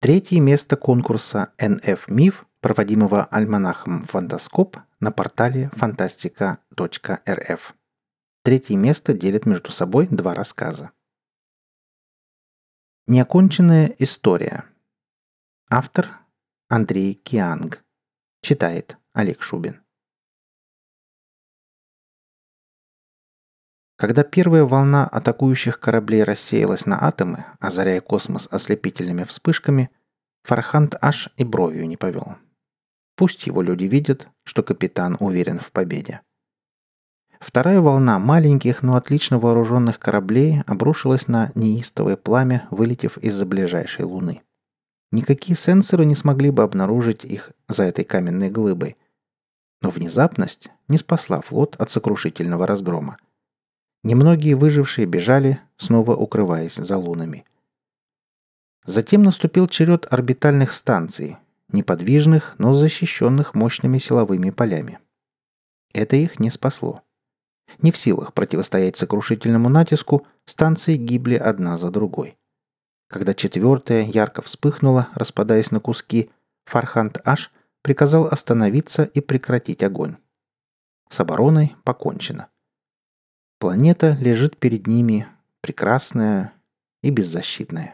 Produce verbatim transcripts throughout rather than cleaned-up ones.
Третье место конкурса эн эф Миф, проводимого альманахом «Фантаскоп» на портале фантастика точка эр эф. Третье место делят между собой два рассказа. Неоконченная история. Автор Андрей Кианг. Читает Олег Шубин. Когда первая волна атакующих кораблей рассеялась на атомы, озаряя космос ослепительными вспышками, Фарханд аж и бровью не повел. Пусть его люди видят, что капитан уверен в победе. Вторая волна маленьких, но отлично вооруженных кораблей обрушилась на неистовое пламя, вылетев из-за ближайшей луны. Никакие сенсоры не смогли бы обнаружить их за этой каменной глыбой. Но внезапность не спасла флот от сокрушительного разгрома. Немногие выжившие бежали, снова укрываясь за лунами. Затем наступил черед орбитальных станций, неподвижных, но защищенных мощными силовыми полями. Это их не спасло. Не в силах противостоять сокрушительному натиску, станции гибли одна за другой. Когда четвертая ярко вспыхнула, распадаясь на куски, Фарханд аш приказал остановиться и прекратить огонь. С обороной покончено. Планета лежит перед ними, прекрасная и беззащитная.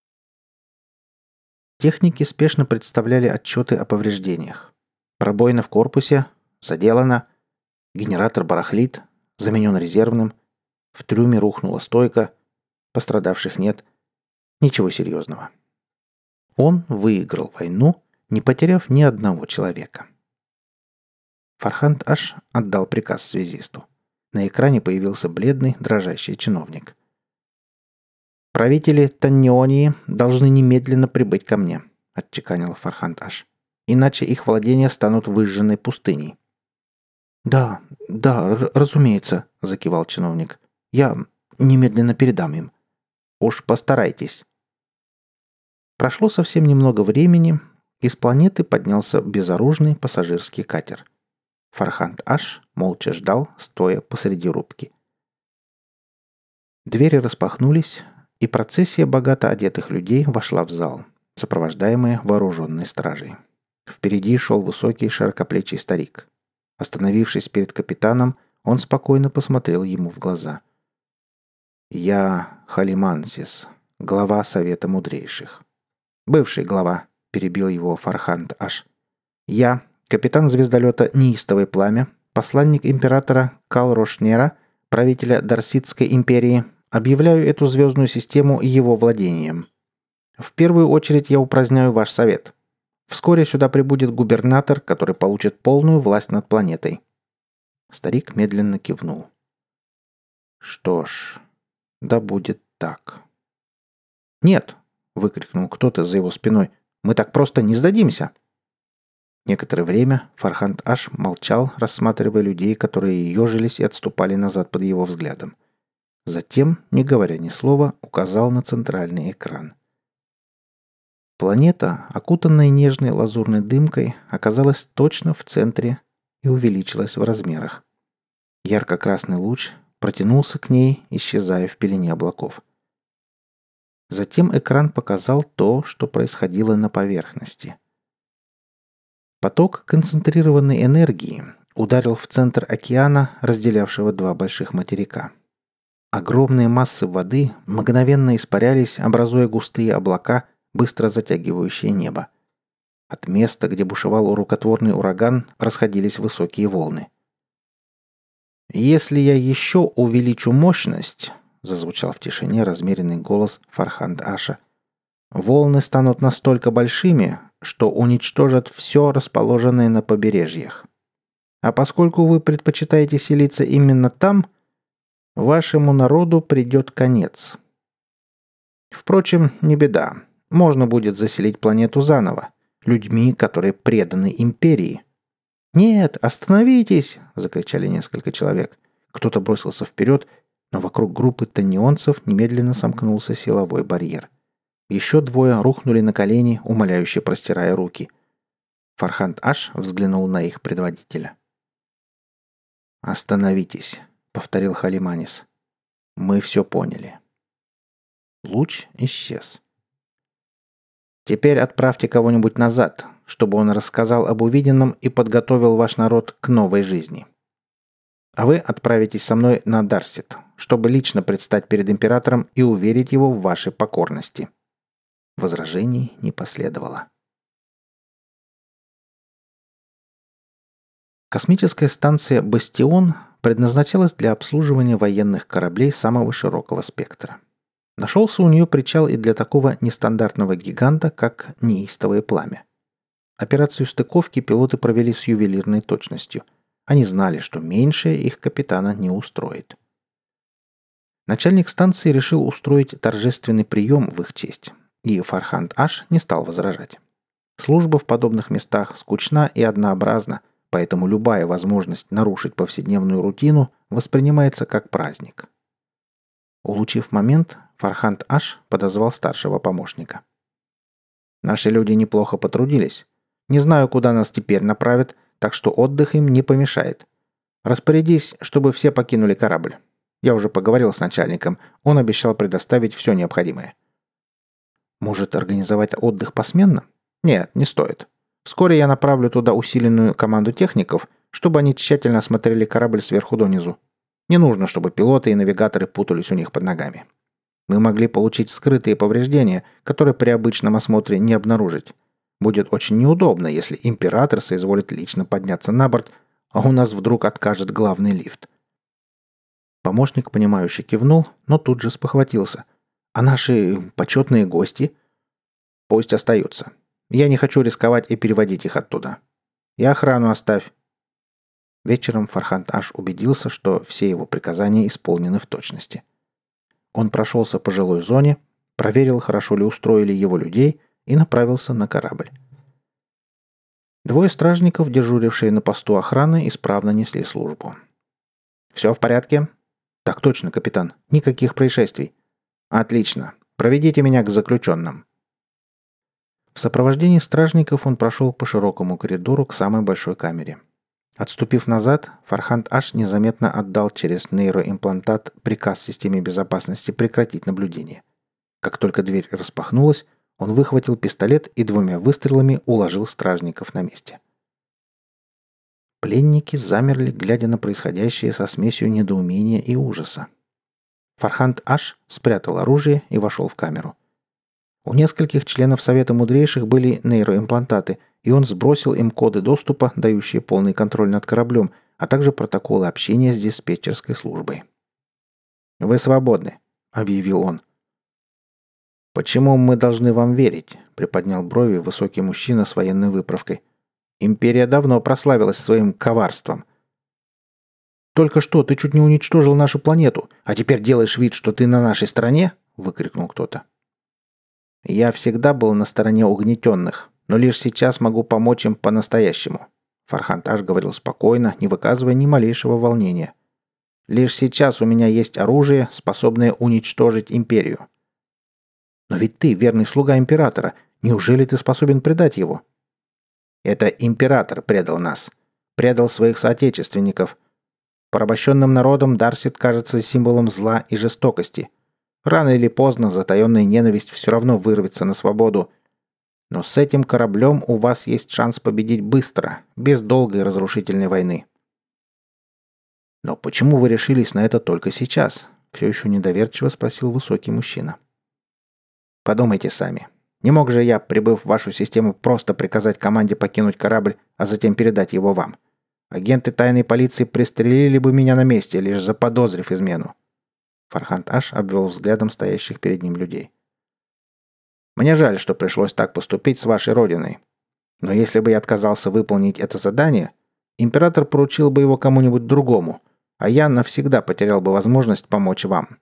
Техники спешно представляли отчеты о повреждениях. Пробоина в корпусе, заделана, генератор барахлит, заменен резервным, в трюме рухнула стойка, пострадавших нет, ничего серьезного. Он выиграл войну, не потеряв ни одного человека. Фарханд аш отдал приказ связисту. На экране появился бледный, дрожащий чиновник. «Правители Таннионии должны немедленно прибыть ко мне», — отчеканил Фарханд аш. «Иначе их владения станут выжженной пустыней». «Да, да, р- разумеется», — закивал чиновник. «Я немедленно передам им». «Уж постарайтесь». Прошло совсем немного времени, и с планеты поднялся безоружный пассажирский катер. Фарханд аш молча ждал, стоя посреди рубки. Двери распахнулись, и процессия богато одетых людей вошла в зал, сопровождаемая вооруженной стражей. Впереди шел высокий широкоплечий старик. Остановившись перед капитаном, он спокойно посмотрел ему в глаза. «Я Халимансис, глава Совета Мудрейших». «Бывший глава», — перебил его Фарханд аш. «Я, капитан звездолета «Неистовое пламя», посланник императора Калрошнера, правителя Дарсидской империи, объявляю эту звездную систему его владением. В первую очередь я упраздняю ваш совет. Вскоре сюда прибудет губернатор, который получит полную власть над планетой». Старик медленно кивнул. «Что ж, да будет так». «Нет!» — выкрикнул кто-то за его спиной. «Мы так просто не сдадимся!» Некоторое время Фарханд аш молчал, рассматривая людей, которые ежились и отступали назад под его взглядом. Затем, не говоря ни слова, указал на центральный экран. Планета, окутанная нежной лазурной дымкой, оказалась точно в центре и увеличилась в размерах. Ярко-красный луч протянулся к ней, исчезая в пелене облаков. Затем экран показал то, что происходило на поверхности. Поток концентрированной энергии ударил в центр океана, разделявшего два больших материка. Огромные массы воды мгновенно испарялись, образуя густые облака, быстро затягивающие небо. От места, где бушевал рукотворный ураган, расходились высокие волны. «Если я еще увеличу мощность», — зазвучал в тишине размеренный голос Фарханд аша, «волны станут настолько большими, что уничтожат все расположенное на побережьях. А поскольку вы предпочитаете селиться именно там, вашему народу придет конец. Впрочем, не беда. Можно будет заселить планету заново, людьми, которые преданы империи». «Нет, остановитесь!» — закричали несколько человек. Кто-то бросился вперед, но вокруг группы таннионцев немедленно сомкнулся силовой барьер. Еще двое рухнули на колени, умоляюще простирая руки. Фарханд аш взглянул на их предводителя. «Остановитесь», — повторил Халиманис. «Мы все поняли». Луч исчез. Теперь отправьте кого-нибудь назад, чтобы он рассказал об увиденном и подготовил ваш народ к новой жизни. А вы отправитесь со мной на Дарсет, чтобы лично предстать перед императором и уверить его в вашей покорности». Возражений не последовало. Космическая станция «Бастион» предназначалась для обслуживания военных кораблей самого широкого спектра. Нашелся у нее причал и для такого нестандартного гиганта, как неистовое пламя. Операцию стыковки пилоты провели с ювелирной точностью. Они знали, что меньшее их капитана не устроит. Начальник станции решил устроить торжественный прием в их честь, и Фарханд Аш не стал возражать. Служба в подобных местах скучна и однообразна, поэтому любая возможность нарушить повседневную рутину воспринимается как праздник. Улучив момент, Фарханд Аш подозвал старшего помощника. «Наши люди неплохо потрудились. Не знаю, куда нас теперь направят, так что отдых им не помешает. Распорядись, чтобы все покинули корабль. Я уже поговорил с начальником, он обещал предоставить все необходимое». «Может, организовать отдых посменно?» «Нет, не стоит. Вскоре я направлю туда усиленную команду техников, чтобы они тщательно осмотрели корабль сверху донизу. Не нужно, чтобы пилоты и навигаторы путались у них под ногами. Мы могли получить скрытые повреждения, которые при обычном осмотре не обнаружить. Будет очень неудобно, если император соизволит лично подняться на борт, а у нас вдруг откажет главный лифт». Помощник, понимающе кивнул, но тут же спохватился. «А наши почетные гости?» «Пусть остаются. Я не хочу рисковать и переводить их оттуда. И охрану оставь». Вечером Фарханд Аш убедился, что все его приказания исполнены в точности. Он прошелся по жилой зоне, проверил, хорошо ли устроили его людей, и направился на корабль. Двое стражников, дежурившие на посту охраны, исправно несли службу. «Все в порядке?» «Так точно, капитан. Никаких происшествий». «Отлично. Проведите меня к заключенным». В сопровождении стражников он прошел по широкому коридору к самой большой камере. Отступив назад, Фарханд Аш незаметно отдал через нейроимплантат приказ системе безопасности прекратить наблюдение. Как только дверь распахнулась, он выхватил пистолет и двумя выстрелами уложил стражников на месте. Пленники замерли, глядя на происходящее со смесью недоумения и ужаса. Фарханд Аш спрятал оружие и вошел в камеру. У нескольких членов Совета Мудрейших были нейроимплантаты, и он сбросил им коды доступа, дающие полный контроль над кораблем, а также протоколы общения с диспетчерской службой. «Вы свободны», — объявил он. «Почему мы должны вам верить?» — приподнял брови высокий мужчина с военной выправкой. «Империя давно прославилась своим коварством». «Только что ты чуть не уничтожил нашу планету, а теперь делаешь вид, что ты на нашей стороне?» — выкрикнул кто-то. «Я всегда был на стороне угнетенных, но лишь сейчас могу помочь им по-настоящему», — Фарханд Аш говорил спокойно, не выказывая ни малейшего волнения. «Лишь сейчас у меня есть оружие, способное уничтожить империю». «Но ведь ты верный слуга императора. Неужели ты способен предать его?» «Это император предал нас. Предал своих соотечественников. Порабощенным народом Дарсет кажется символом зла и жестокости. Рано или поздно затаенная ненависть все равно вырвется на свободу. Но с этим кораблем у вас есть шанс победить быстро, без долгой разрушительной войны». «Но почему вы решились на это только сейчас?» — все еще недоверчиво спросил высокий мужчина. «Подумайте сами. Не мог же я, прибыв в вашу систему, просто приказать команде покинуть корабль, а затем передать его вам? Агенты тайной полиции пристрелили бы меня на месте, лишь заподозрив измену». Фарханд Аш обвел взглядом стоящих перед ним людей. «Мне жаль, что пришлось так поступить с вашей родиной. Но если бы я отказался выполнить это задание, император поручил бы его кому-нибудь другому, а я навсегда потерял бы возможность помочь вам».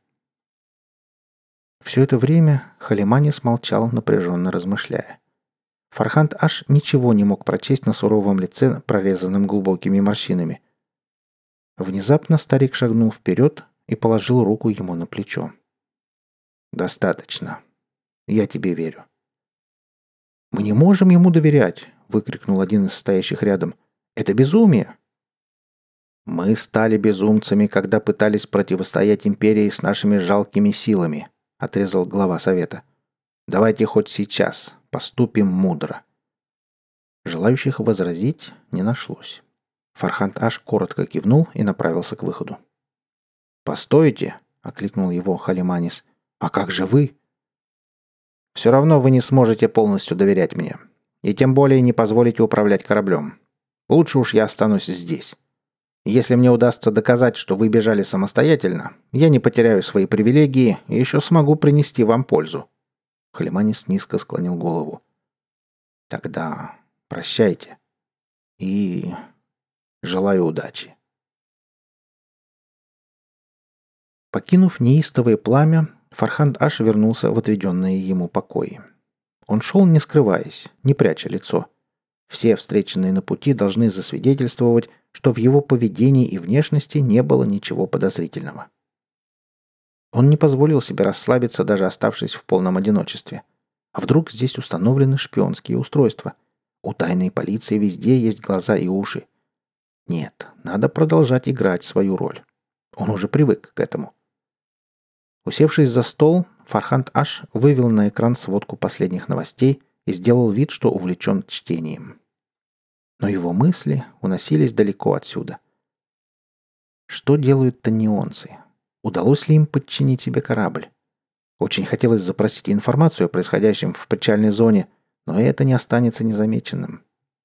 Все это время Халимани смолчал, напряженно размышляя. Фарханд Аш ничего не мог прочесть на суровом лице, прорезанном глубокими морщинами. Внезапно старик шагнул вперед и положил руку ему на плечо. «Достаточно. Я тебе верю». «Мы не можем ему доверять!» — выкрикнул один из стоящих рядом. «Это безумие!» «Мы стали безумцами, когда пытались противостоять империи с нашими жалкими силами», — отрезал глава совета. «Давайте хоть сейчас, поступим мудро». Желающих возразить не нашлось. Фарханд аж коротко кивнул и направился к выходу. «Постойте!» — окликнул его Халиманис. «А как же вы?» «Все равно вы не сможете полностью доверять мне. И тем более не позволите управлять кораблем. Лучше уж я останусь здесь. Если мне удастся доказать, что вы бежали самостоятельно, я не потеряю свои привилегии и еще смогу принести вам пользу». Халиманис низко склонил голову. «Тогда прощайте. И желаю удачи». Покинув неистовое пламя, Фарханд аж вернулся в отведенные ему покои. Он шел, не скрываясь, не пряча лицо. Все встреченные на пути должны засвидетельствовать, что в его поведении и внешности не было ничего подозрительного. Он не позволил себе расслабиться, даже оставшись в полном одиночестве. А вдруг здесь установлены шпионские устройства? У тайной полиции везде есть глаза и уши. Нет, надо продолжать играть свою роль. Он уже привык к этому. Усевшись за стол, Фарханд аж вывел на экран сводку последних новостей и сделал вид, что увлечен чтением. Но его мысли уносились далеко отсюда. Что делают тонионцы? Удалось ли им подчинить себе корабль? Очень хотелось запросить информацию о происходящем в причальной зоне, но это не останется незамеченным.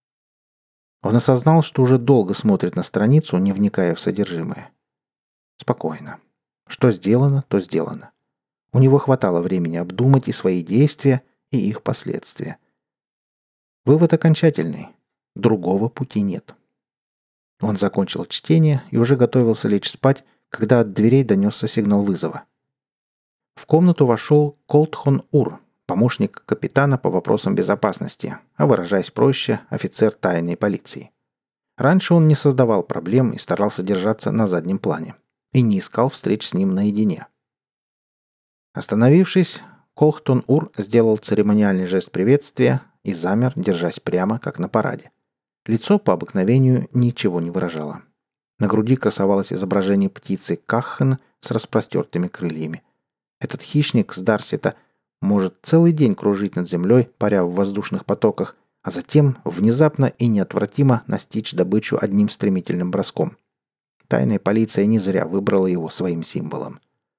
Он осознал, что уже долго смотрит на страницу, не вникая в содержимое. Спокойно. Что сделано, то сделано. У него хватало времени обдумать и свои действия, и их последствия. Вывод окончательный. Другого пути нет. Он закончил чтение и уже готовился лечь спать, когда от дверей донесся сигнал вызова. В комнату вошел Колтхон Ур, помощник капитана по вопросам безопасности, а выражаясь проще, офицер тайной полиции. Раньше он не создавал проблем и старался держаться на заднем плане. И не искал встреч с ним наедине. Остановившись, Колтхон Ур сделал церемониальный жест приветствия и замер, держась прямо, как на параде. Лицо по обыкновению ничего не выражало. На груди красовалось изображение птицы Каххен с распростертыми крыльями. Этот хищник с Дарсита может целый день кружить над землей, паря в воздушных потоках, а затем внезапно и неотвратимо настичь добычу одним стремительным броском. Тайная полиция не зря выбрала его своим символом.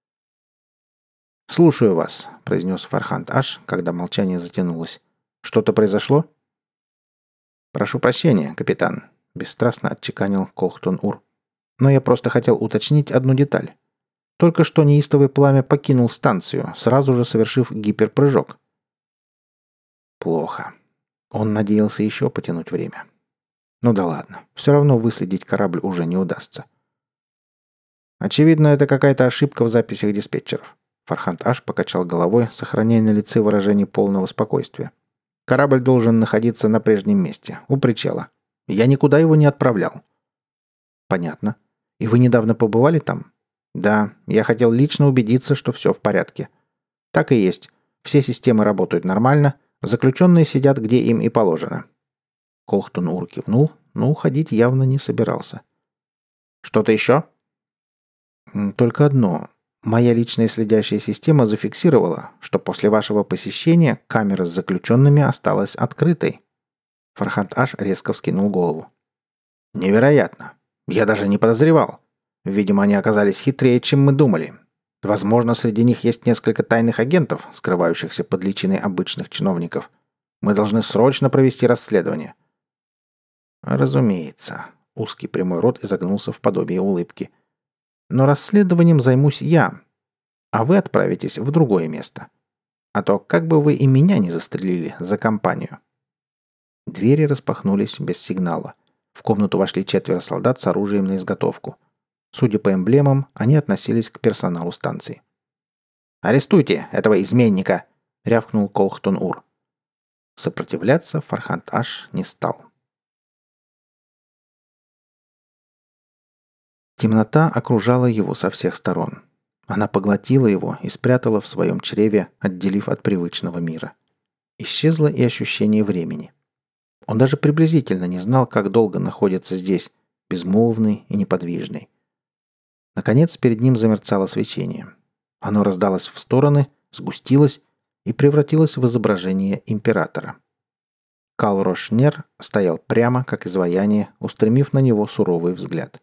«Слушаю вас», — произнес Фарханд аж, когда молчание затянулось. «Что-то произошло?» «Прошу прощения, капитан», — бесстрастно отчеканил Колтхон Ур. «Но я просто хотел уточнить одну деталь. Только что неистовое пламя покинул станцию, сразу же совершив гиперпрыжок». «Плохо. Он надеялся еще потянуть время. Ну да ладно, все равно выследить корабль уже не удастся». «Очевидно, это какая-то ошибка в записях диспетчеров». Фарханд аж покачал головой, сохраняя на лице выражение полного спокойствия. «Корабль должен находиться на прежнем месте, у причала. Я никуда его не отправлял». «Понятно. И вы недавно побывали там?» «Да, я хотел лично убедиться, что все в порядке». «Так и есть. Все системы работают нормально, заключенные сидят, где им и положено». Колтхон Ур кивнул, но уходить явно не собирался. «Что-то еще?» «Только одно. Моя личная следящая система зафиксировала, что после вашего посещения камера с заключенными осталась открытой». Фарханд аж резко вскинул голову. «Невероятно. Я даже не подозревал. Видимо, они оказались хитрее, чем мы думали. Возможно, среди них есть несколько тайных агентов, скрывающихся под личиной обычных чиновников. Мы должны срочно провести расследование». «Разумеется». Узкий прямой рот изогнулся в подобие улыбки. «Но расследованием займусь я, а вы отправитесь в другое место. А то как бы вы и меня не застрелили за компанию». Двери распахнулись без сигнала. В комнату вошли четверо солдат с оружием на изготовку. Судя по эмблемам, они относились к персоналу станции. «Арестуйте этого изменника!» — рявкнул Колтхон Ур. Сопротивляться Фарханд аж не стал. Темнота окружала его со всех сторон. Она поглотила его и спрятала в своем чреве, отделив от привычного мира. Исчезло и ощущение времени. Он даже приблизительно не знал, как долго находится здесь, безмолвный и неподвижный. Наконец перед ним замерцало свечение. Оно раздалось в стороны, сгустилось и превратилась в изображение императора. Калрошнер стоял прямо, как изваяние, устремив на него суровый взгляд.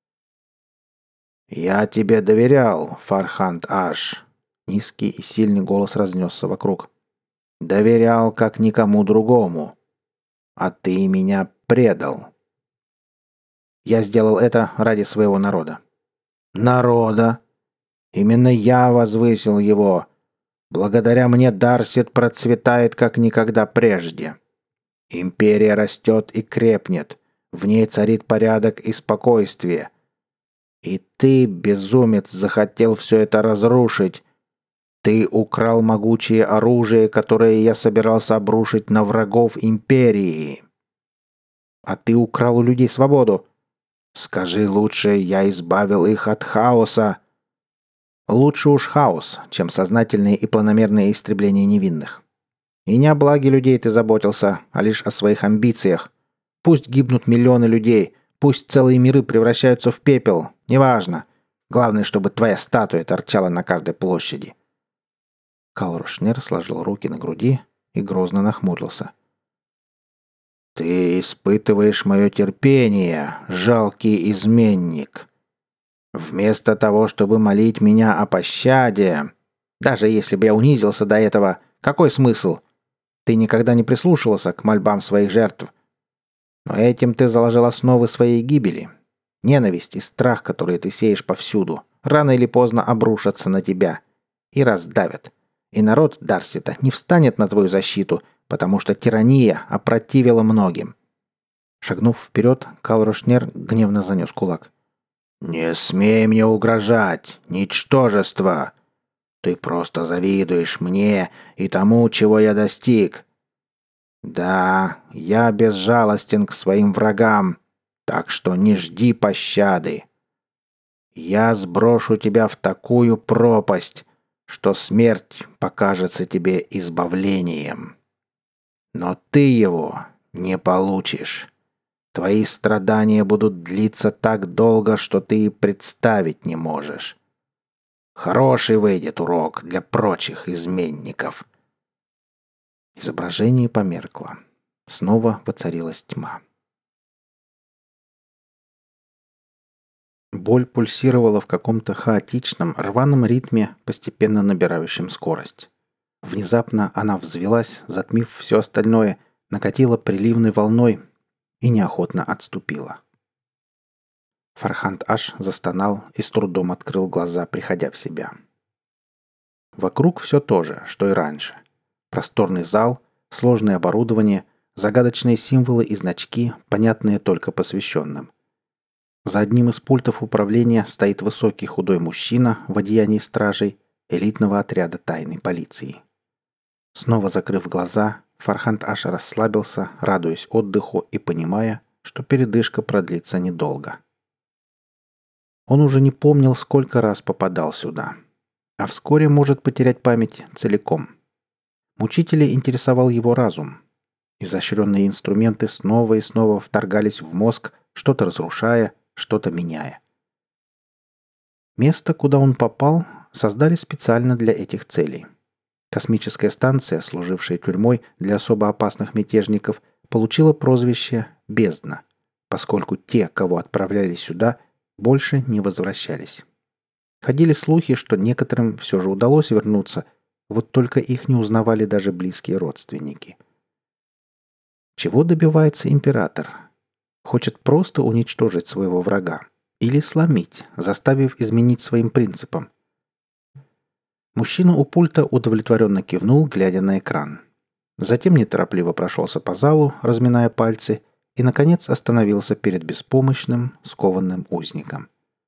«Я тебе доверял, Фарханд Аш!» Низкий и сильный голос разнесся вокруг. «Доверял, как никому другому. А ты меня предал!» «Я сделал это ради своего народа». «Народа! Именно я возвысил его! Благодаря мне Дарсет процветает, как никогда прежде. Империя растет и крепнет. В ней царит порядок и спокойствие. И ты, безумец, захотел все это разрушить. Ты украл могучее оружие, которое я собирался обрушить на врагов империи. А ты украл у людей свободу. Скажи лучше, я избавил их от хаоса. Лучше уж хаос, чем сознательное и планомерное истребление невинных. И не о благе людей ты заботился, а лишь о своих амбициях. Пусть гибнут миллионы людей, пусть целые миры превращаются в пепел, неважно. Главное, чтобы твоя статуя торчала на каждой площади. Калрушнер сложил руки на груди и грозно нахмурился. «Ты испытываешь мое терпение, жалкий изменник. Вместо того, чтобы молить меня о пощаде, даже если бы я унизился до этого, какой смысл? Ты никогда не прислушивался к мольбам своих жертв. Но этим ты заложил основы своей гибели. Ненависть и страх, которые ты сеешь повсюду, рано или поздно обрушатся на тебя и раздавят. И народ Дарсита не встанет на твою защиту, потому что тирания опротивила многим». Шагнув вперед, Калрошнер гневно занес кулак. «Не смей мне угрожать, ничтожество! Ты просто завидуешь мне и тому, чего я достиг. Да, я безжалостен к своим врагам, так что не жди пощады. Я сброшу тебя в такую пропасть, что смерть покажется тебе избавлением. Но ты его не получишь. Твои страдания будут длиться так долго, что ты и представить не можешь. Хороший выйдет урок для прочих изменников». Изображение померкло. Снова воцарилась тьма. Боль пульсировала в каком-то хаотичном, рваном ритме, постепенно набирающем скорость. Внезапно она взвелась, затмив все остальное, накатила приливной волной и неохотно отступила. Фарханд Аш застонал и с трудом открыл глаза, приходя в себя. Вокруг все то же, что и раньше. Просторный зал, сложное оборудование, загадочные символы и значки, понятные только посвященным. За одним из пультов управления стоит высокий худой мужчина в одеянии стражей элитного отряда тайной полиции. Снова закрыв глаза, Фарханд Аш расслабился, радуясь отдыху и понимая, что передышка продлится недолго. Он уже не помнил, сколько раз попадал сюда, а вскоре может потерять память целиком. Мучителя интересовал его разум. Изощренные инструменты снова и снова вторгались в мозг, что-то разрушая, что-то меняя. Место, куда он попал, создали специально для этих целей. Космическая станция, служившая тюрьмой для особо опасных мятежников, получила прозвище «Бездна», поскольку те, кого отправляли сюда, больше не возвращались. Ходили слухи, что некоторым все же удалось вернуться, вот только их не узнавали даже близкие родственники. Чего добивается император? Хочет просто уничтожить своего врага или сломить, заставив изменить своим принципам? Мужчина у пульта удовлетворенно кивнул, глядя на экран. Затем неторопливо прошелся по залу, разминая пальцы, и, наконец, остановился перед беспомощным, скованным узником.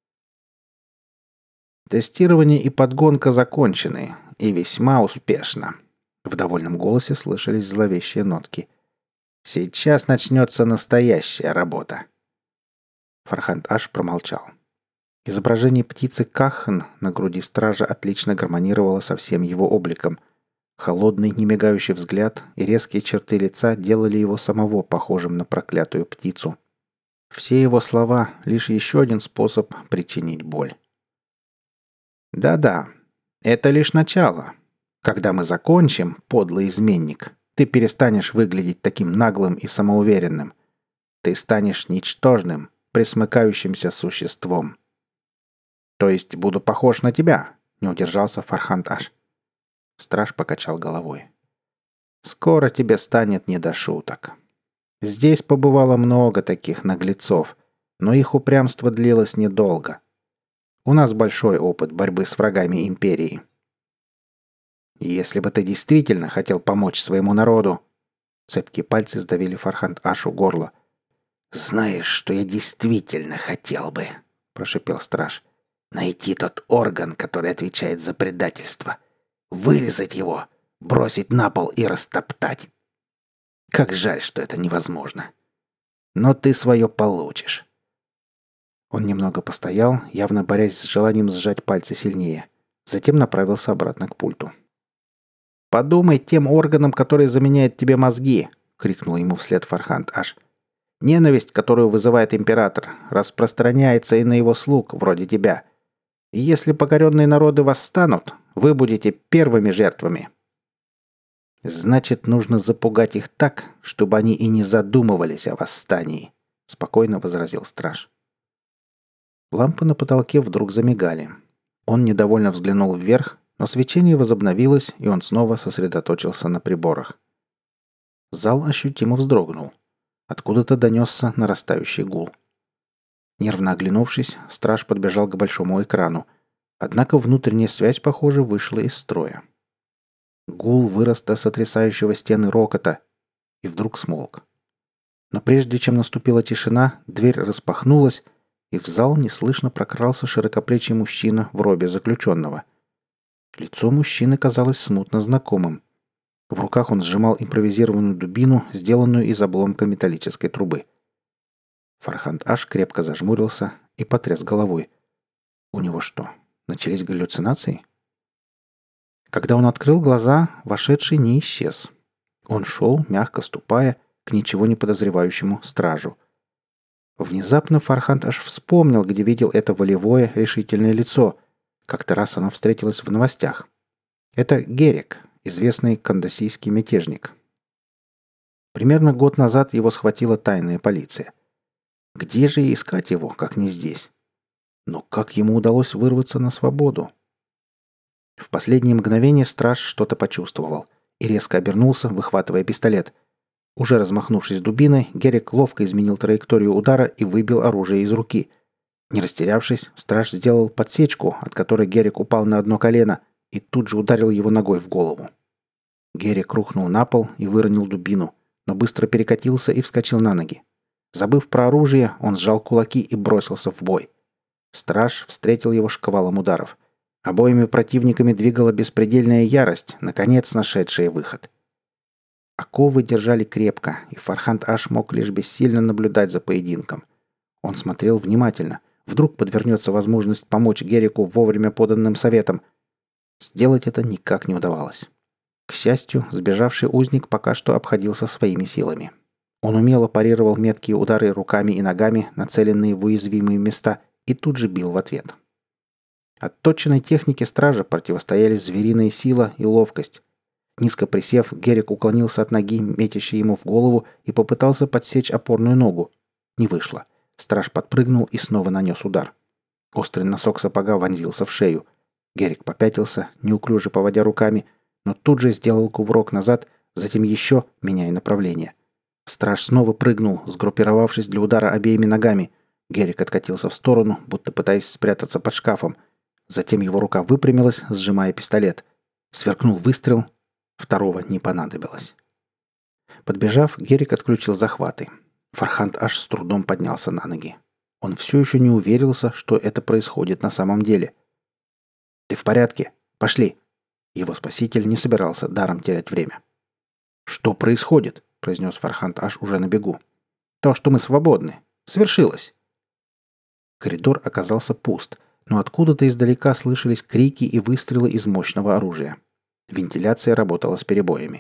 «Тестирование и подгонка закончены, и весьма успешно», — в довольном голосе слышались зловещие нотки. «Сейчас начнется настоящая работа». Фарханд Аш промолчал. Изображение птицы Кахн на груди стража отлично гармонировало со всем его обликом. Холодный, немигающий взгляд и резкие черты лица делали его самого похожим на проклятую птицу. Все его слова — лишь еще один способ причинить боль. «Да-да, это лишь начало. Когда мы закончим, подлый изменник, ты перестанешь выглядеть таким наглым и самоуверенным. Ты станешь ничтожным, пресмыкающимся существом. То есть буду похож на тебя, не удержался Фарханд Аш. Страж покачал головой. Скоро тебе станет не до шуток. Здесь побывало много таких наглецов, но их упрямство длилось недолго. У нас большой опыт борьбы с врагами империи. Если бы ты действительно хотел помочь своему народу... Цепкие пальцы сдавили Фарханд Ашу горло. «Знаешь, что я действительно хотел бы?» – прошипел страж. «Найти тот орган, который отвечает за предательство. Вырезать его, бросить на пол и растоптать. Как жаль, что это невозможно. Но ты свое получишь». Он немного постоял, явно борясь с желанием сжать пальцы сильнее. Затем направился обратно к пульту. «Подумай тем органом, который заменяет тебе мозги!» — крикнул ему вслед Фарханд Аш. «Ненависть, которую вызывает император, распространяется и на его слуг, вроде тебя. И если покоренные народы восстанут, вы будете первыми жертвами. Значит, нужно запугать их так, чтобы они и не задумывались о восстании», — спокойно возразил страж. Лампы на потолке вдруг замигали. Он недовольно взглянул вверх, но свечение возобновилось, и он снова сосредоточился на приборах. Зал ощутимо вздрогнул. Откуда-то донесся нарастающий гул. Нервно оглянувшись, страж подбежал к большому экрану. Однако внутренняя связь, похоже, вышла из строя. Гул вырос до сотрясающего стены рокота и вдруг смолк. Но прежде чем наступила тишина, дверь распахнулась, и в зал неслышно прокрался широкоплечий мужчина в робе заключенного. Лицо мужчины казалось смутно знакомым. В руках он сжимал импровизированную дубину, сделанную из обломка металлической трубы. Фарханд Аш крепко зажмурился и потряс головой. У него что, начались галлюцинации? Когда он открыл глаза, вошедший не исчез. Он шел, мягко ступая, к ничего не подозревающему стражу. Внезапно Фарханд аж вспомнил, где видел это волевое, решительное лицо. Как-то раз оно встретилось в новостях. Это Герек, известный кандасийский мятежник. Примерно год назад его схватила тайная полиция. Где же искать его, как не здесь? Но как ему удалось вырваться на свободу? В последнее мгновение страж что-то почувствовал и резко обернулся, выхватывая пистолет. Уже размахнувшись дубиной, Герек ловко изменил траекторию удара и выбил оружие из руки. Не растерявшись, страж сделал подсечку, от которой Герек упал на одно колено и тут же ударил его ногой в голову. Герек рухнул на пол и выронил дубину, но быстро перекатился и вскочил на ноги. Забыв про оружие, он сжал кулаки и бросился в бой. Страж встретил его шквалом ударов. Обоими противниками двигала беспредельная ярость, наконец нашедшая выход. Оковы держали крепко, и Фарханд Аш мог лишь бессильно наблюдать за поединком. Он смотрел внимательно. Вдруг подвернется возможность помочь Гереку вовремя поданным советам. Сделать это никак не удавалось. К счастью, сбежавший узник пока что обходился своими силами. Он умело парировал меткие удары руками и ногами, нацеленные в уязвимые места, и тут же бил в ответ. Отточенной технике стража противостояли звериная сила и ловкость. Низко присев, Герек уклонился от ноги, метящей ему в голову, и попытался подсечь опорную ногу. Не вышло. Страж подпрыгнул и снова нанес удар. Острый носок сапога вонзился в шею. Герек попятился, неуклюже поводя руками, но тут же сделал кувырок назад, затем еще, меняя направление. Страж снова прыгнул, сгруппировавшись для удара обеими ногами. Герек откатился в сторону, будто пытаясь спрятаться под шкафом. Затем его рука выпрямилась, сжимая пистолет. Сверкнул выстрел. Второго не понадобилось. Подбежав, Герек отключил захваты. Фарханд аж с трудом поднялся на ноги. Он все еще не уверился, что это происходит на самом деле. «Ты в порядке? Пошли!» Его спаситель не собирался даром терять время. «Что происходит?» – произнес Фарханд аж уже на бегу. «То, что мы свободны. Свершилось!» Коридор оказался пуст, но откуда-то издалека слышались крики и выстрелы из мощного оружия. Вентиляция работала с перебоями.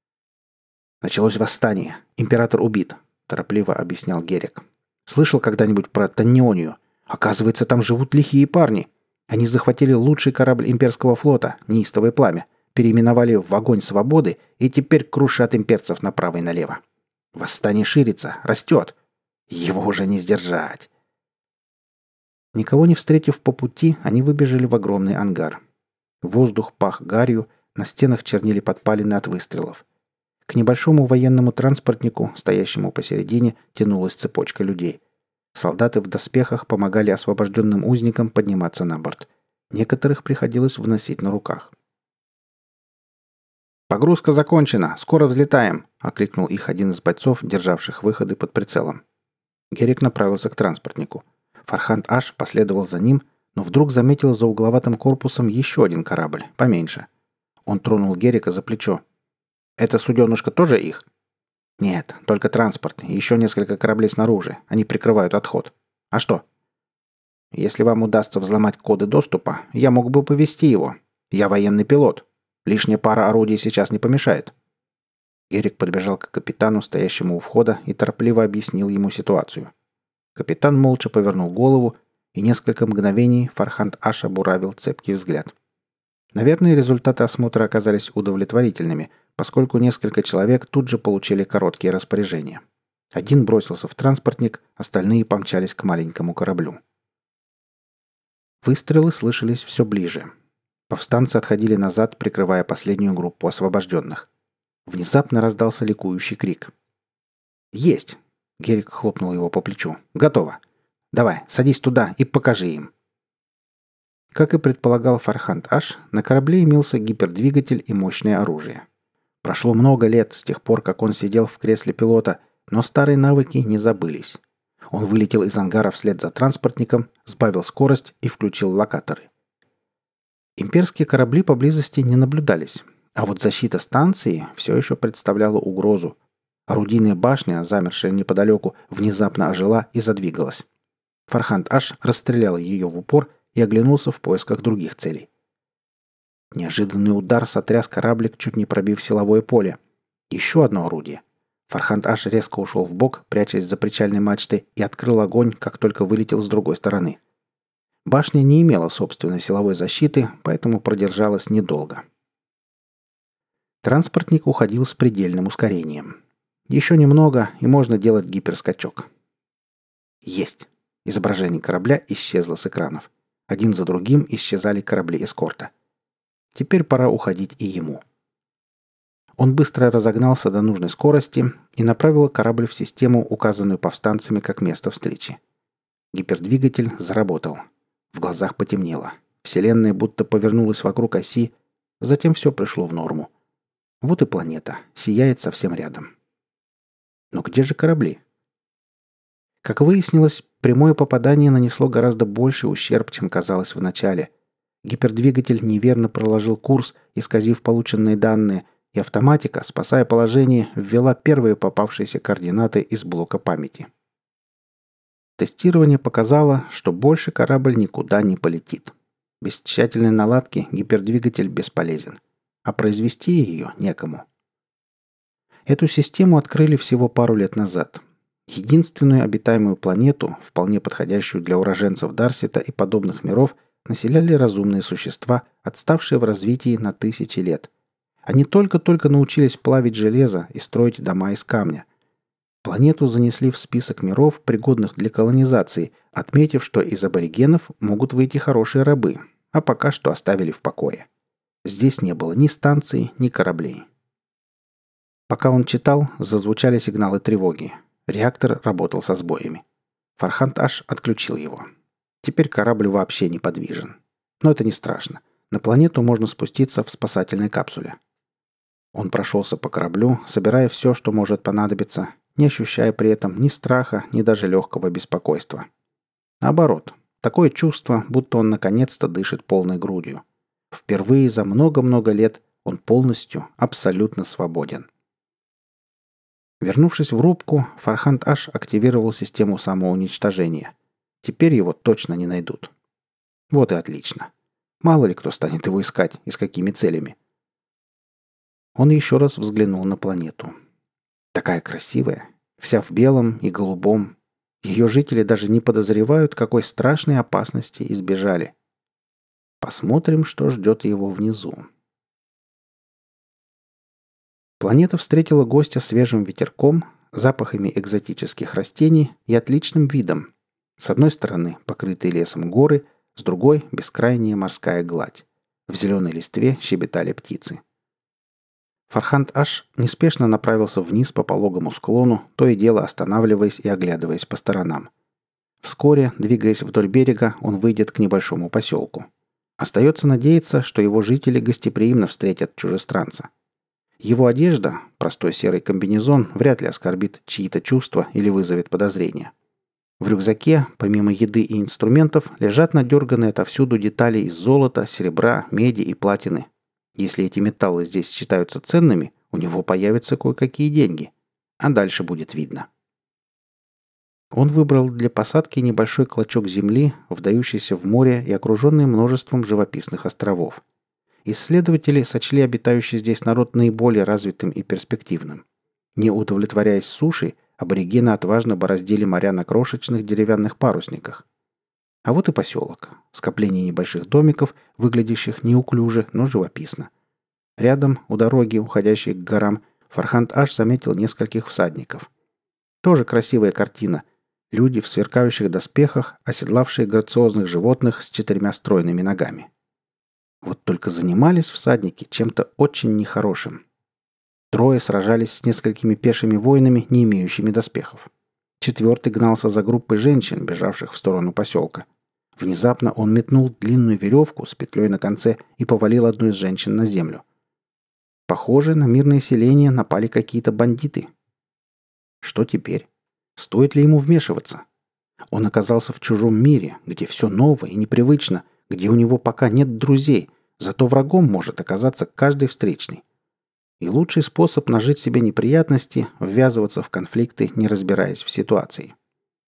«Началось восстание. Император убит», – торопливо объяснял Герек. «Слышал когда-нибудь про Таннионию? Оказывается, там живут лихие парни. Они захватили лучший корабль имперского флота, неистовое пламя. переименовали в «Огонь свободы» и теперь крушат имперцев направо и налево. Восстание ширится, растет. Его уже не сдержать. Никого не встретив по пути, они выбежали в огромный ангар. Воздух пах гарью, на стенах чернили подпалины от выстрелов. К небольшому военному транспортнику, стоящему посередине, тянулась цепочка людей. Солдаты в доспехах помогали освобожденным узникам подниматься на борт. Некоторых приходилось вносить на руках. «Погрузка закончена! Скоро взлетаем!» — окликнул их один из бойцов, державших выходы под прицелом. Герик направился к транспортнику. Фарханд Аш последовал за ним, но вдруг заметил за угловатым корпусом еще один корабль, поменьше. Он тронул Герика за плечо. «Это суденышко тоже их?» «Нет, только транспорт и еще несколько кораблей снаружи. Они прикрывают отход. А что?» «Если вам удастся взломать коды доступа, я мог бы повести его. Я военный пилот. Лишняя пара орудий сейчас не помешает». Герик подбежал к капитану, стоящему у входа, и торопливо объяснил ему ситуацию. Капитан молча повернул голову, и несколько мгновений Фарханд Аш буравил цепкий взгляд. Наверное, результаты осмотра оказались удовлетворительными, поскольку несколько человек тут же получили короткие распоряжения. Один бросился в транспортник, остальные помчались к маленькому кораблю. Выстрелы слышались все ближе. Повстанцы отходили назад, прикрывая последнюю группу освобожденных. Внезапно раздался ликующий крик. «Есть!» — Герик хлопнул его по плечу. «Готово! Давай, садись туда и покажи им!» Как и предполагал Фарханд Аш, на корабле имелся гипердвигатель и мощное оружие. Прошло много лет с тех пор, как он сидел в кресле пилота, но старые навыки не забылись. Он вылетел из ангара вслед за транспортником, сбавил скорость и включил локаторы. Имперские корабли поблизости не наблюдались, а вот защита станции все еще представляла угрозу. Орудийная башня, замершая неподалеку, внезапно ожила и задвигалась. Фарханд Аш расстрелял ее в упор и оглянулся в поисках других целей. Неожиданный удар сотряс кораблик, чуть не пробив силовое поле. Еще одно орудие. Фарханд Аш резко ушел вбок, прячась за причальной мачтой, и открыл огонь, как только вылетел с другой стороны. Башня не имела собственной силовой защиты, поэтому продержалась недолго. Транспортник уходил с предельным ускорением. Еще немного, и можно делать гиперскачок. Есть! Изображение корабля исчезло с экранов. Один за другим исчезали корабли эскорта. Теперь пора уходить и ему. Он быстро разогнался до нужной скорости и направил корабль в систему, указанную повстанцами как место встречи. Гипердвигатель заработал. В глазах потемнело. Вселенная будто повернулась вокруг оси, затем все пришло в норму. Вот и планета, сияет совсем рядом. Но где же корабли? Как выяснилось, прямое попадание нанесло гораздо больший ущерб, чем казалось в начале. Гипердвигатель неверно проложил курс, исказив полученные данные, и автоматика, спасая положение, ввела первые попавшиеся координаты из блока памяти. Тестирование показало, что больше корабль никуда не полетит. Без тщательной наладки гипердвигатель бесполезен, а произвести ее некому. Эту систему открыли всего пару лет назад. Единственную обитаемую планету, вполне подходящую для уроженцев Дарсита и подобных миров, населяли разумные существа, отставшие в развитии на тысячи лет. Они только-только научились плавить железо и строить дома из камня. Планету занесли в список миров, пригодных для колонизации, отметив, что из аборигенов могут выйти хорошие рабы, а пока что оставили в покое. Здесь не было ни станций, ни кораблей. Пока он читал, зазвучали сигналы тревоги. Реактор работал со сбоями. Фарханд Аш отключил его. Теперь корабль вообще неподвижен. Но это не страшно. На планету можно спуститься в спасательной капсуле. Он прошелся по кораблю, собирая все, что может понадобиться, не ощущая при этом ни страха, ни даже легкого беспокойства. Наоборот, такое чувство, будто он наконец-то дышит полной грудью. Впервые за много-много лет он полностью, абсолютно свободен. Вернувшись в рубку, Фарханд Аш активировал систему самоуничтожения. Теперь его точно не найдут. Вот и отлично. Мало ли кто станет его искать и с какими целями. Он еще раз взглянул на планету. Такая красивая, вся в белом и голубом. Ее жители даже не подозревают, какой страшной опасности избежали. Посмотрим, что ждет его внизу. Планета встретила гостя свежим ветерком, запахами экзотических растений и отличным видом. С одной стороны покрытые лесом горы, с другой – бескрайняя морская гладь. В зеленой листве щебетали птицы. Фарханд Аш неспешно направился вниз по пологому склону, то и дело останавливаясь и оглядываясь по сторонам. Вскоре, двигаясь вдоль берега, он выйдет к небольшому поселку. Остается надеяться, что его жители гостеприимно встретят чужестранца. Его одежда, простой серый комбинезон, вряд ли оскорбит чьи-то чувства или вызовет подозрения. В рюкзаке, помимо еды и инструментов, лежат надерганные отовсюду детали из золота, серебра, меди и платины. Если эти металлы здесь считаются ценными, у него появятся кое-какие деньги. А дальше будет видно. Он выбрал для посадки небольшой клочок земли, вдающийся в море и окруженный множеством живописных островов. Исследователи сочли обитающий здесь народ наиболее развитым и перспективным. Не удовлетворяясь сушей, аборигены отважно бороздили моря на крошечных деревянных парусниках. А вот и поселок. Скопление небольших домиков, выглядящих неуклюже, но живописно. Рядом, у дороги, уходящей к горам, Фарханд Аш заметил нескольких всадников. Тоже красивая картина. Люди в сверкающих доспехах, оседлавшие грациозных животных с четырьмя стройными ногами. Вот только занимались всадники чем-то очень нехорошим. Трое сражались с несколькими пешими воинами, не имеющими доспехов. Четвертый гнался за группой женщин, бежавших в сторону поселка. Внезапно он метнул длинную веревку с петлей на конце и повалил одну из женщин на землю. Похоже, на мирное селение напали какие-то бандиты. Что теперь? Стоит ли ему вмешиваться? Он оказался в чужом мире, где все ново и непривычно, где у него пока нет друзей, зато врагом может оказаться каждый встречный. И лучший способ нажить себе неприятности – ввязываться в конфликты, не разбираясь в ситуации.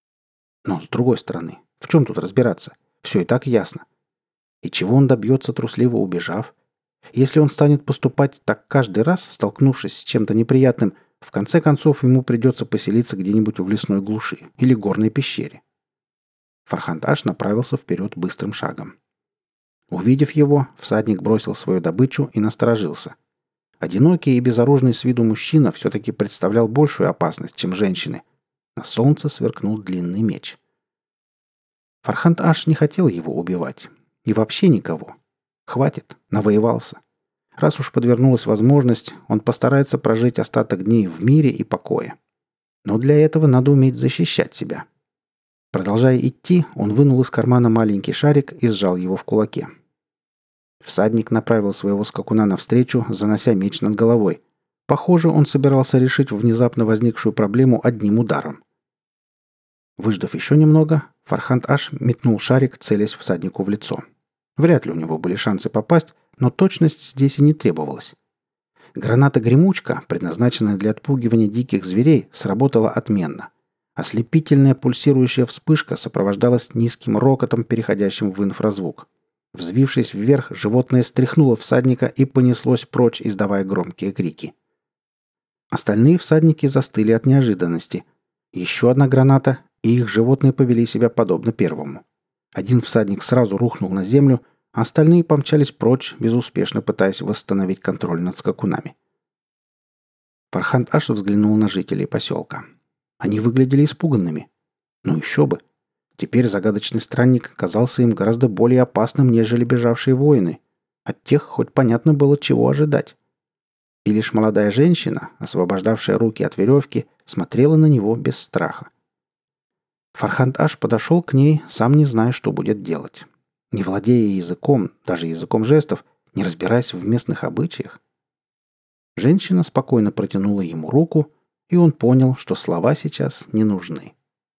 Но, с другой стороны, в чем тут разбираться? Все и так ясно. И чего он добьется, трусливо убежав? Если он станет поступать так каждый раз, столкнувшись с чем-то неприятным, в конце концов ему придется поселиться где-нибудь в лесной глуши или горной пещере. Фарханд Аш направился вперед быстрым шагом. Увидев его, всадник бросил свою добычу и насторожился. Одинокий и безоружный с виду мужчина все-таки представлял большую опасность, чем женщины. На солнце сверкнул длинный меч. Фарханд Аш не хотел его убивать. И вообще никого. Хватит, навоевался. Раз уж подвернулась возможность, он постарается прожить остаток дней в мире и покое. Но для этого надо уметь защищать себя. Продолжая идти, он вынул из кармана маленький шарик и сжал его в кулаке. Всадник направил своего скакуна навстречу, занося меч над головой. Похоже, он собирался решить внезапно возникшую проблему одним ударом. Выждав еще немного, Фарханд Аш метнул шарик, целясь всаднику в лицо. Вряд ли у него были шансы попасть, но точность здесь и не требовалась. Граната-гремучка, предназначенная для отпугивания диких зверей, сработала отменно. Ослепительная пульсирующая вспышка сопровождалась низким рокотом, переходящим в инфразвук. Взвившись вверх, животное стряхнуло всадника и понеслось прочь, издавая громкие крики. Остальные всадники застыли от неожиданности. Еще одна граната, и их животные повели себя подобно первому. Один всадник сразу рухнул на землю, а остальные помчались прочь, безуспешно пытаясь восстановить контроль над скакунами. Фарханд Аш взглянул на жителей поселка. Они выглядели испуганными. Ну еще бы. Теперь загадочный странник казался им гораздо более опасным, нежели бежавшие воины. От тех хоть понятно было, чего ожидать. И лишь молодая женщина, освобождавшая руки от веревки, смотрела на него без страха. Фарханд Аш подошел к ней, сам не зная, что будет делать. Не владея языком, даже языком жестов, не разбираясь в местных обычаях. Женщина спокойно протянула ему руку, и он понял, что слова сейчас не нужны.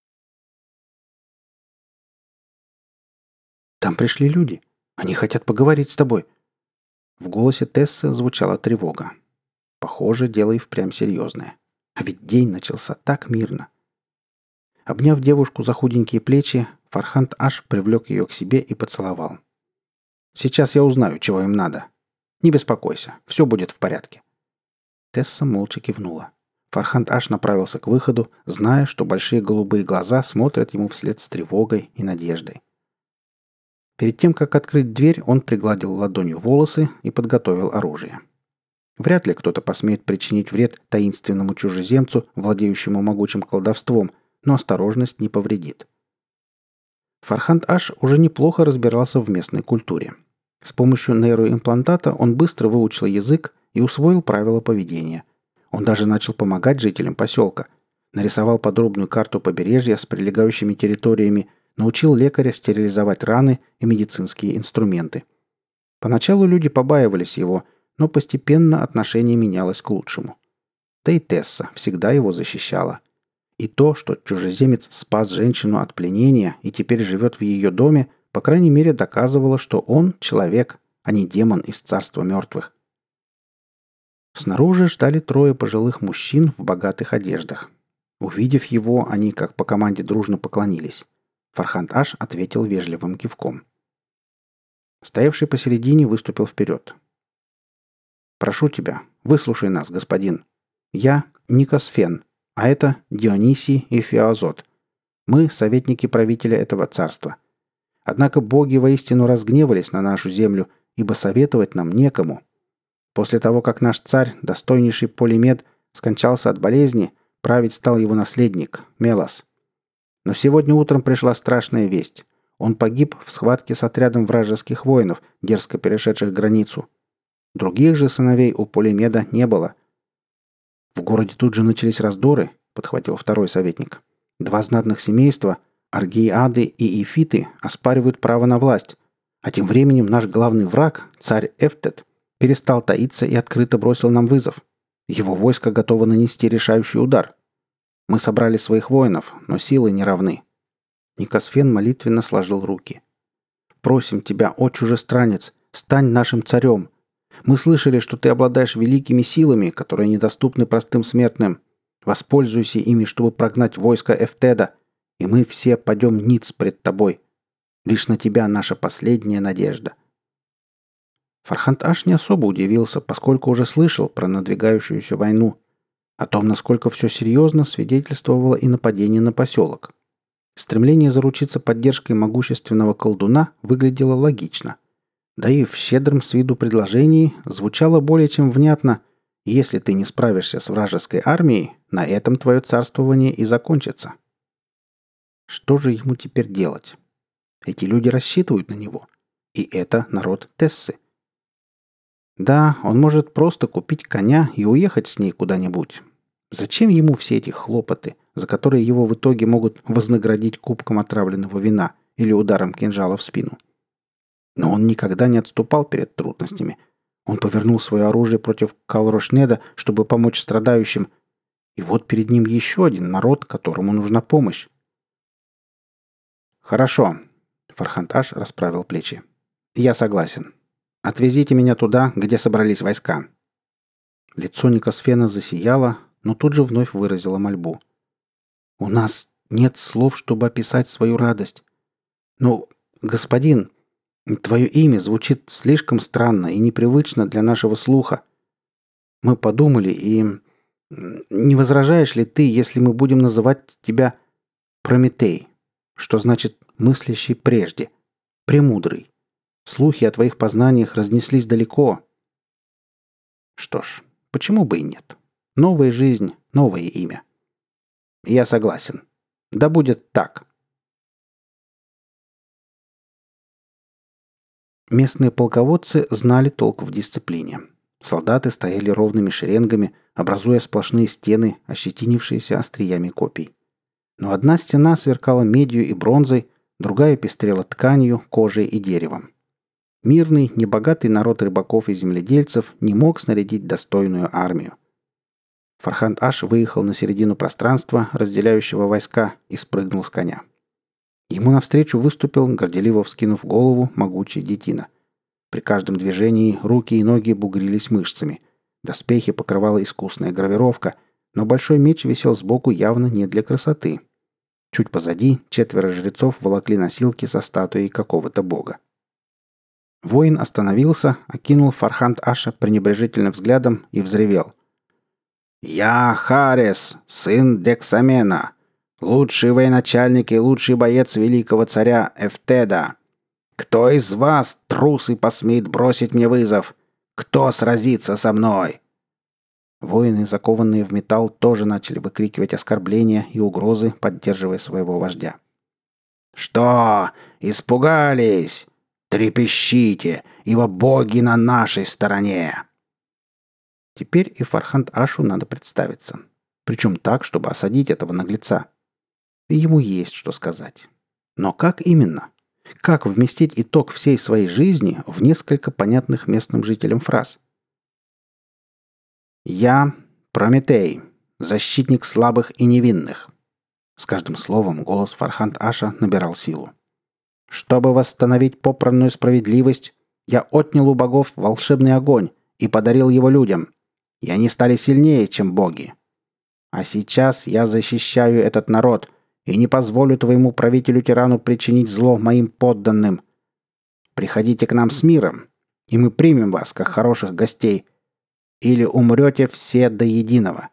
«Там пришли люди. Они хотят поговорить с тобой». В голосе Тессы звучала тревога. Похоже, дело и впрямь серьезное. А ведь день начался так мирно. Обняв девушку за худенькие плечи, Фарханд Аш привлек ее к себе и поцеловал. «Сейчас я узнаю, чего им надо. Не беспокойся, все будет в порядке». Тесса молча кивнула. Фарханд Аш направился к выходу, зная, что большие голубые глаза смотрят ему вслед с тревогой и надеждой. Перед тем, как открыть дверь, он пригладил ладонью волосы и подготовил оружие. Вряд ли кто-то посмеет причинить вред таинственному чужеземцу, владеющему могучим колдовством, но осторожность не повредит. Фарханд Аш уже неплохо разбирался в местной культуре. С помощью нейроимплантата он быстро выучил язык и усвоил правила поведения. Он даже начал помогать жителям поселка. Нарисовал подробную карту побережья с прилегающими территориями, научил лекаря стерилизовать раны и медицинские инструменты. Поначалу люди побаивались его, но постепенно отношение менялось к лучшему. Да и Тесса всегда его защищала. И то, что чужеземец спас женщину от пленения и теперь живет в ее доме, по крайней мере, доказывало, что он человек, а не демон из царства мертвых. Снаружи ждали трое пожилых мужчин в богатых одеждах. Увидев его, они, как по команде, дружно поклонились. Фарханд Аш ответил вежливым кивком. Стоявший посередине выступил вперед. «Прошу тебя, выслушай нас, господин. Я Никос Фен, а это Дионисий и Феозот. Мы – советники правителя этого царства. Однако боги воистину разгневались на нашу землю, ибо советовать нам некому. После того, как наш царь, достойнейший Полимед, скончался от болезни, править стал его наследник, Мелос. Но сегодня утром пришла страшная весть. Он погиб в схватке с отрядом вражеских воинов, дерзко перешедших границу. Других же сыновей у Полимеда не было. В городе тут же начались раздоры, подхватил второй советник. Два знатных семейства, Аргиады и Ифиты, оспаривают право на власть. А тем временем наш главный враг, царь Эфтет, перестал таиться и открыто бросил нам вызов. Его войско готово нанести решающий удар. Мы собрали своих воинов, но силы не равны. Никосфен молитвенно сложил руки. «Просим тебя, о чужестранец, стань нашим царем. Мы слышали, что ты обладаешь великими силами, которые недоступны простым смертным. Воспользуйся ими, чтобы прогнать войско Эфтеда, и мы все падем ниц пред тобой. Лишь на тебя наша последняя надежда». Фарханд Аш не особо удивился, поскольку уже слышал про надвигающуюся войну. О том, насколько все серьезно, свидетельствовало и нападение на поселок. Стремление заручиться поддержкой могущественного колдуна выглядело логично. Да и в щедром с виду предложении звучало более чем внятно: если ты не справишься с вражеской армией, на этом твое царствование и закончится. Что же ему теперь делать? Эти люди рассчитывают на него. И это народ Тессы. Да, он может просто купить коня и уехать с ней куда-нибудь. Зачем ему все эти хлопоты, за которые его в итоге могут вознаградить кубком отравленного вина или ударом кинжала в спину? Но он никогда не отступал перед трудностями. Он повернул свое оружие против Калрошнеда, чтобы помочь страдающим. И вот перед ним еще один народ, которому нужна помощь. «Хорошо», — Фарханд Аш расправил плечи. «Я согласен. Отвезите меня туда, где собрались войска». Лицо Никосфена засияло, но тут же вновь выразило мольбу. «У нас нет слов, чтобы описать свою радость. Ну, господин, твое имя звучит слишком странно и непривычно для нашего слуха. Мы подумали, и... Не возражаешь ли ты, если мы будем называть тебя Прометей, что значит «мыслящий прежде», «премудрый»? Слухи о твоих познаниях разнеслись далеко». Что ж, почему бы и нет? Новая жизнь, новое имя. Я согласен. Да будет так. Местные полководцы знали толк в дисциплине. Солдаты стояли ровными шеренгами, образуя сплошные стены, ощетинившиеся остриями копий. Но одна стена сверкала медью и бронзой, другая пестрела тканью, кожей и деревом. Мирный, небогатый народ рыбаков и земледельцев не мог снарядить достойную армию. Фарханд Аш выехал на середину пространства, разделяющего войска, и спрыгнул с коня. Ему навстречу выступил, горделиво вскинув голову, могучий детина. При каждом движении руки и ноги бугрились мышцами. Доспехи покрывала искусная гравировка, но большой меч висел сбоку явно не для красоты. Чуть позади четверо жрецов волокли носилки со статуей какого-то бога. Воин остановился, окинул Фарханд Аша пренебрежительным взглядом и взревел. «Я Харес, сын Дексамена, лучший военачальник и лучший боец великого царя Эфтеда. Кто из вас, трусы, посмеет бросить мне вызов? Кто сразится со мной? Воины, закованные в металл, тоже начали выкрикивать оскорбления и угрозы, поддерживая своего вождя. «Что? Испугались? Трепещите, ибо боги на нашей стороне!» Теперь и Фарханд-Ашу надо представиться. Причем так, чтобы осадить этого наглеца. И ему есть что сказать. Но как именно? Как вместить итог всей своей жизни в несколько понятных местным жителям фраз? «Я Прометей, защитник слабых и невинных». С каждым словом голос Фарханд-Аша набирал силу. «Чтобы восстановить попранную справедливость, я отнял у богов волшебный огонь и подарил его людям, и они стали сильнее, чем боги. А сейчас я защищаю этот народ и не позволю твоему правителю-тирану причинить зло моим подданным. Приходите к нам с миром, и мы примем вас, как хороших гостей, или умрете все до единого».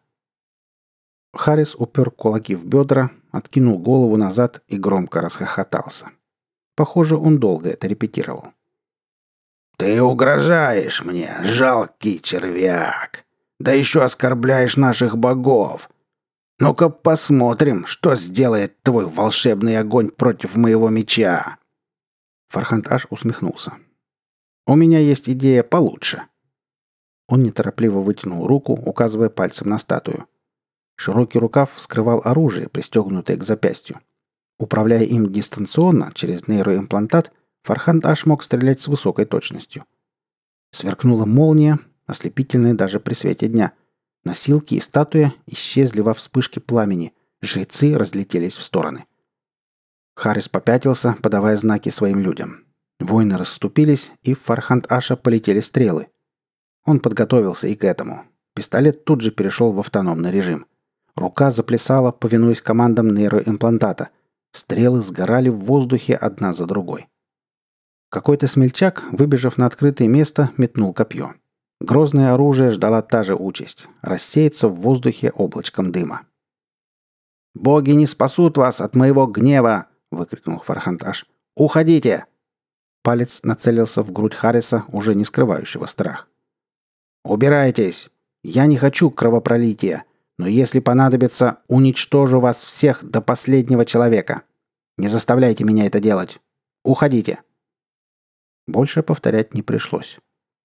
Харрис упер кулаки в бедра, откинул голову назад и громко расхохотался. Похоже, он долго это репетировал. «Ты угрожаешь мне, жалкий червяк! Да еще оскорбляешь наших богов! Ну-ка посмотрим, что сделает твой волшебный огонь против моего меча!» Фарханд-Аш усмехнулся. «У меня есть идея получше». Он неторопливо вытянул руку, указывая пальцем на статую. Широкий рукав скрывал оружие, пристегнутое к запястью. Управляя им дистанционно, через нейроимплантат, Фарханд-Аш мог стрелять с высокой точностью. Сверкнула молния, ослепительная даже при свете дня. Носилки и статуя исчезли во вспышке пламени. Жрецы разлетелись в стороны. Харрис попятился, подавая знаки своим людям. Воины расступились, и в Фарханд-Аша полетели стрелы. Он подготовился и к этому. Пистолет тут же перешел в автономный режим. Рука заплясала, повинуясь командам нейроимплантата. Стрелы сгорали в воздухе одна за другой. Какой-то смельчак, выбежав на открытое место, метнул копье. Грозное оружие ждала та же участь – рассеяться в воздухе облачком дыма. «Боги не спасут вас от моего гнева!» – выкрикнул Фарханд-Аш. «Уходите!» Палец нацелился в грудь Харриса, уже не скрывающего страх. «Убирайтесь! Я не хочу кровопролития, но если понадобится, уничтожу вас всех до последнего человека. Не заставляйте меня это делать. Уходите!» Больше повторять не пришлось.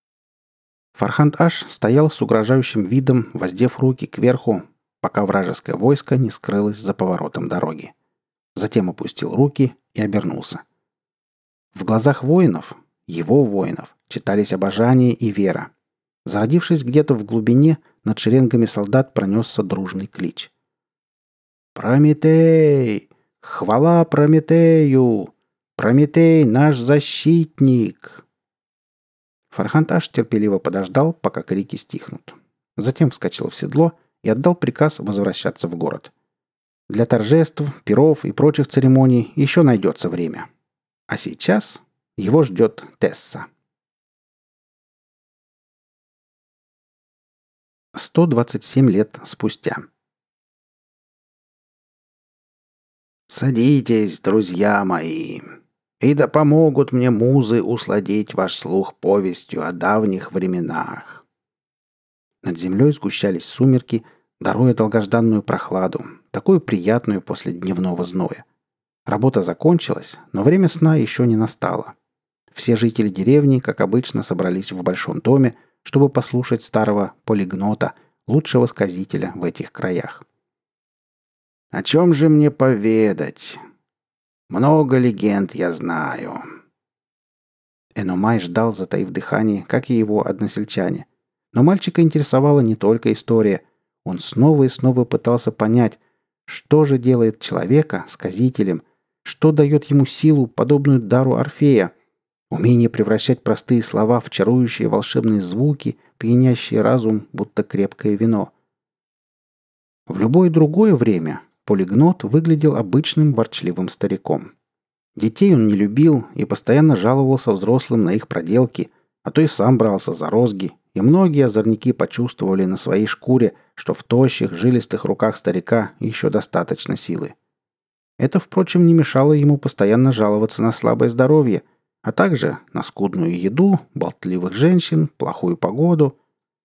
Фарханд-Аш стоял с угрожающим видом, воздев руки кверху, пока вражеское войско не скрылось за поворотом дороги. Затем опустил руки и обернулся. В глазах воинов, его воинов, читались обожание и вера. Зародившись где-то в глубине, над шеренгами солдат пронесся дружный клич. «Прометей! Хвала Прометею! Прометей наш защитник!» Фарханд-Аш терпеливо подождал, пока крики стихнут. Затем вскочил в седло и отдал приказ возвращаться в город. Для торжеств, пиров и прочих церемоний еще найдется время. А сейчас его ждет Тесса. сто двадцать семь лет спустя. «Садитесь, друзья мои, и да помогут мне музы усладить ваш слух повестью о давних временах». Над землей сгущались сумерки, даруя долгожданную прохладу, такую приятную после дневного зноя. Работа закончилась, но время сна еще не настало. Все жители деревни, как обычно, собрались в большом доме, чтобы послушать старого полигнота, лучшего сказителя в этих краях. «О чем же мне поведать? Много легенд я знаю». Эномай ждал, затаив дыхание, как и его односельчане. Но мальчика интересовала не только история. Он снова и снова пытался понять, что же делает человека сказителем, что дает ему силу, подобную дару Орфея, умение превращать простые слова в чарующие волшебные звуки, пьянящие разум, будто крепкое вино. В любое другое время полигнот выглядел обычным ворчливым стариком. Детей он не любил и постоянно жаловался взрослым на их проделки, а то и сам брался за розги, и многие озорники почувствовали на своей шкуре, что в тощих, жилистых руках старика еще достаточно силы. Это, впрочем, не мешало ему постоянно жаловаться на слабое здоровье, а также на скудную еду, болтливых женщин, плохую погоду.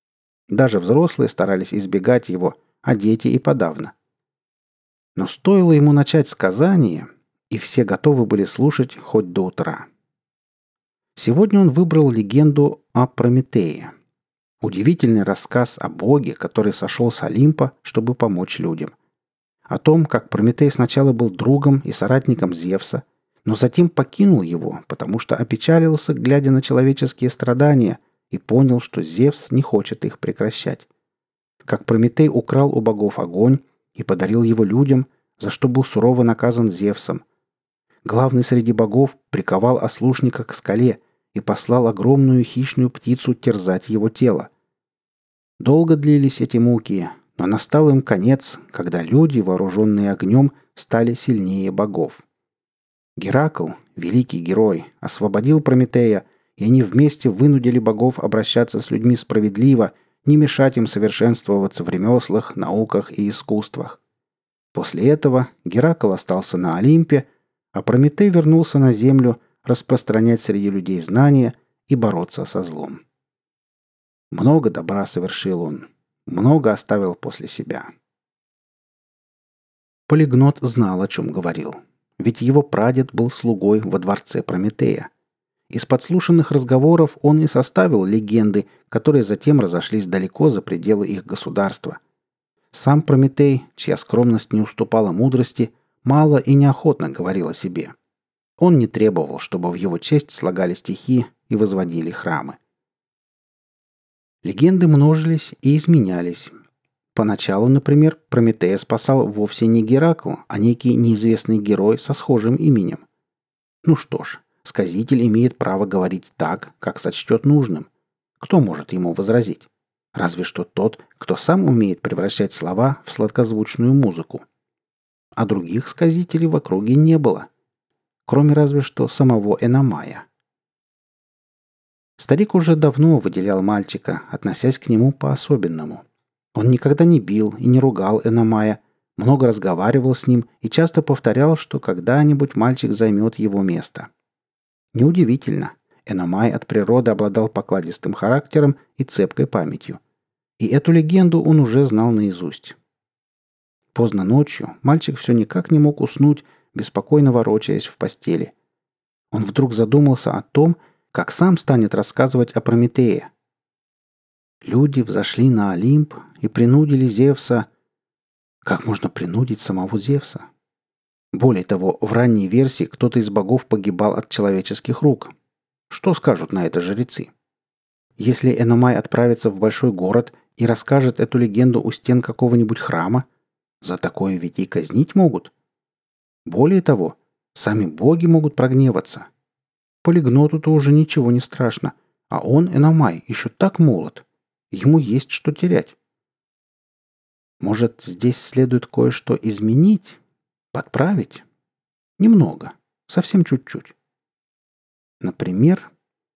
Даже взрослые старались избегать его, а дети и подавно. Но стоило ему начать сказание, и все готовы были слушать хоть до утра. Сегодня он выбрал легенду о Прометее. Удивительный рассказ о боге, который сошел с Олимпа, чтобы помочь людям. О том, как Прометей сначала был другом и соратником Зевса, но затем покинул его, потому что опечалился, глядя на человеческие страдания, и понял, что Зевс не хочет их прекращать. Как Прометей украл у богов огонь и подарил его людям, за что был сурово наказан Зевсом. Главный среди богов приковал ослушника к скале и послал огромную хищную птицу терзать его тело. Долго длились эти муки, но настал им конец, когда люди, вооруженные огнем, стали сильнее богов. Геракл, великий герой, освободил Прометея, и они вместе вынудили богов обращаться с людьми справедливо, не мешать им совершенствоваться в ремеслах, науках и искусствах. После этого Геракл остался на Олимпе, а Прометей вернулся на землю распространять среди людей знания и бороться со злом. Много добра совершил он, много оставил после себя. Полигнот знал, о чем говорил, ведь его прадед был слугой во дворце Прометея. Из подслушанных разговоров он и составил легенды, которые затем разошлись далеко за пределы их государства. Сам Прометей, чья скромность не уступала мудрости, мало и неохотно говорил о себе. Он не требовал, чтобы в его честь слагали стихи и возводили храмы. Легенды множились и изменялись. Поначалу, например, Прометея спасал вовсе не Геракл, а некий неизвестный герой со схожим именем. Ну что ж, сказитель имеет право говорить так, как сочтет нужным. Кто может ему возразить? Разве что тот, кто сам умеет превращать слова в сладкозвучную музыку. А других сказителей в округе не было, кроме разве что самого Эномая. Старик уже давно выделял мальчика, относясь к нему по-особенному. Он никогда не бил и не ругал Эномая, много разговаривал с ним и часто повторял, что когда-нибудь мальчик займет его место. Неудивительно, Эномай от природы обладал покладистым характером и цепкой памятью. И эту легенду он уже знал наизусть. Поздно ночью мальчик все никак не мог уснуть, беспокойно ворочаясь в постели. Он вдруг задумался о том, как сам станет рассказывать о Прометее. Люди взошли на Олимп и принудили Зевса. Как можно принудить самого Зевса? Более того, в ранней версии кто-то из богов погибал от человеческих рук. Что скажут на это жрецы? Если Эномай отправится в большой город и расскажет эту легенду у стен какого-нибудь храма, за такое ведь и казнить могут. Более того, сами боги могут прогневаться. Полигноту-то уже ничего не страшно, а он, Эномай, еще так молод. Ему есть что терять. Может, здесь следует кое-что изменить, подправить? Немного, совсем чуть-чуть. Например,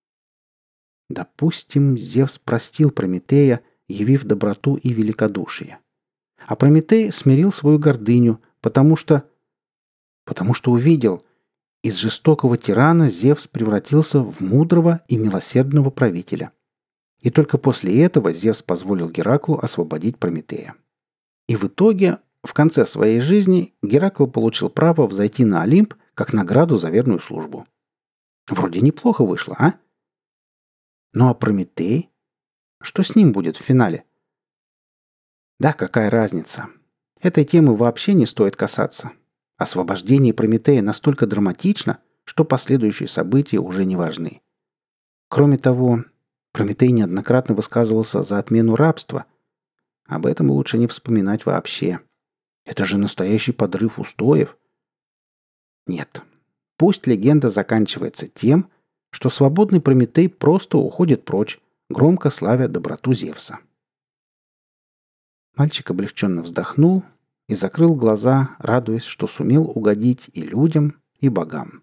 допустим, Зевс простил Прометея, явив доброту и великодушие. А Прометей смирил свою гордыню, потому что... потому что увидел, из жестокого тирана Зевс превратился в мудрого и милосердного правителя. И только после этого Зевс позволил Гераклу освободить Прометея. И в итоге, в конце своей жизни, Геракл получил право взойти на Олимп как награду за верную службу. Вроде неплохо вышло, а? Ну а Прометей? Что с ним будет в финале? Да, какая разница? Этой темы вообще не стоит касаться. Освобождение Прометея настолько драматично, что последующие события уже не важны. Кроме того, Прометей неоднократно высказывался за отмену рабства. Об этом лучше не вспоминать вообще. Это же настоящий подрыв устоев. Нет. Пусть легенда заканчивается тем, что свободный Прометей просто уходит прочь, громко славя доброту Зевса. Мальчик облегченно вздохнул и закрыл глаза, радуясь, что сумел угодить и людям, и богам.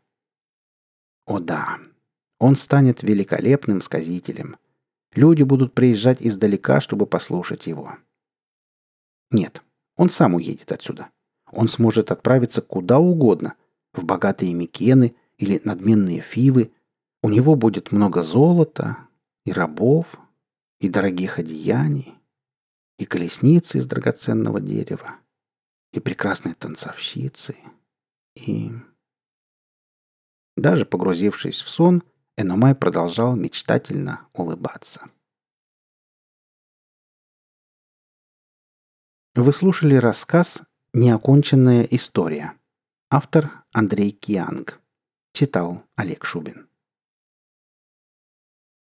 О да, он станет великолепным сказителем. Люди будут приезжать издалека, чтобы послушать его. Нет, он сам уедет отсюда. Он сможет отправиться куда угодно, в богатые Микены или надменные Фивы. У него будет много золота и рабов, и дорогих одеяний, и колесницы из драгоценного дерева, и прекрасные танцовщицы, и... Даже погрузившись в сон, Эномай продолжал мечтательно улыбаться. Вы слушали рассказ «Неоконченная история». Автор Андрей Кианг. Читал Олег Шубин.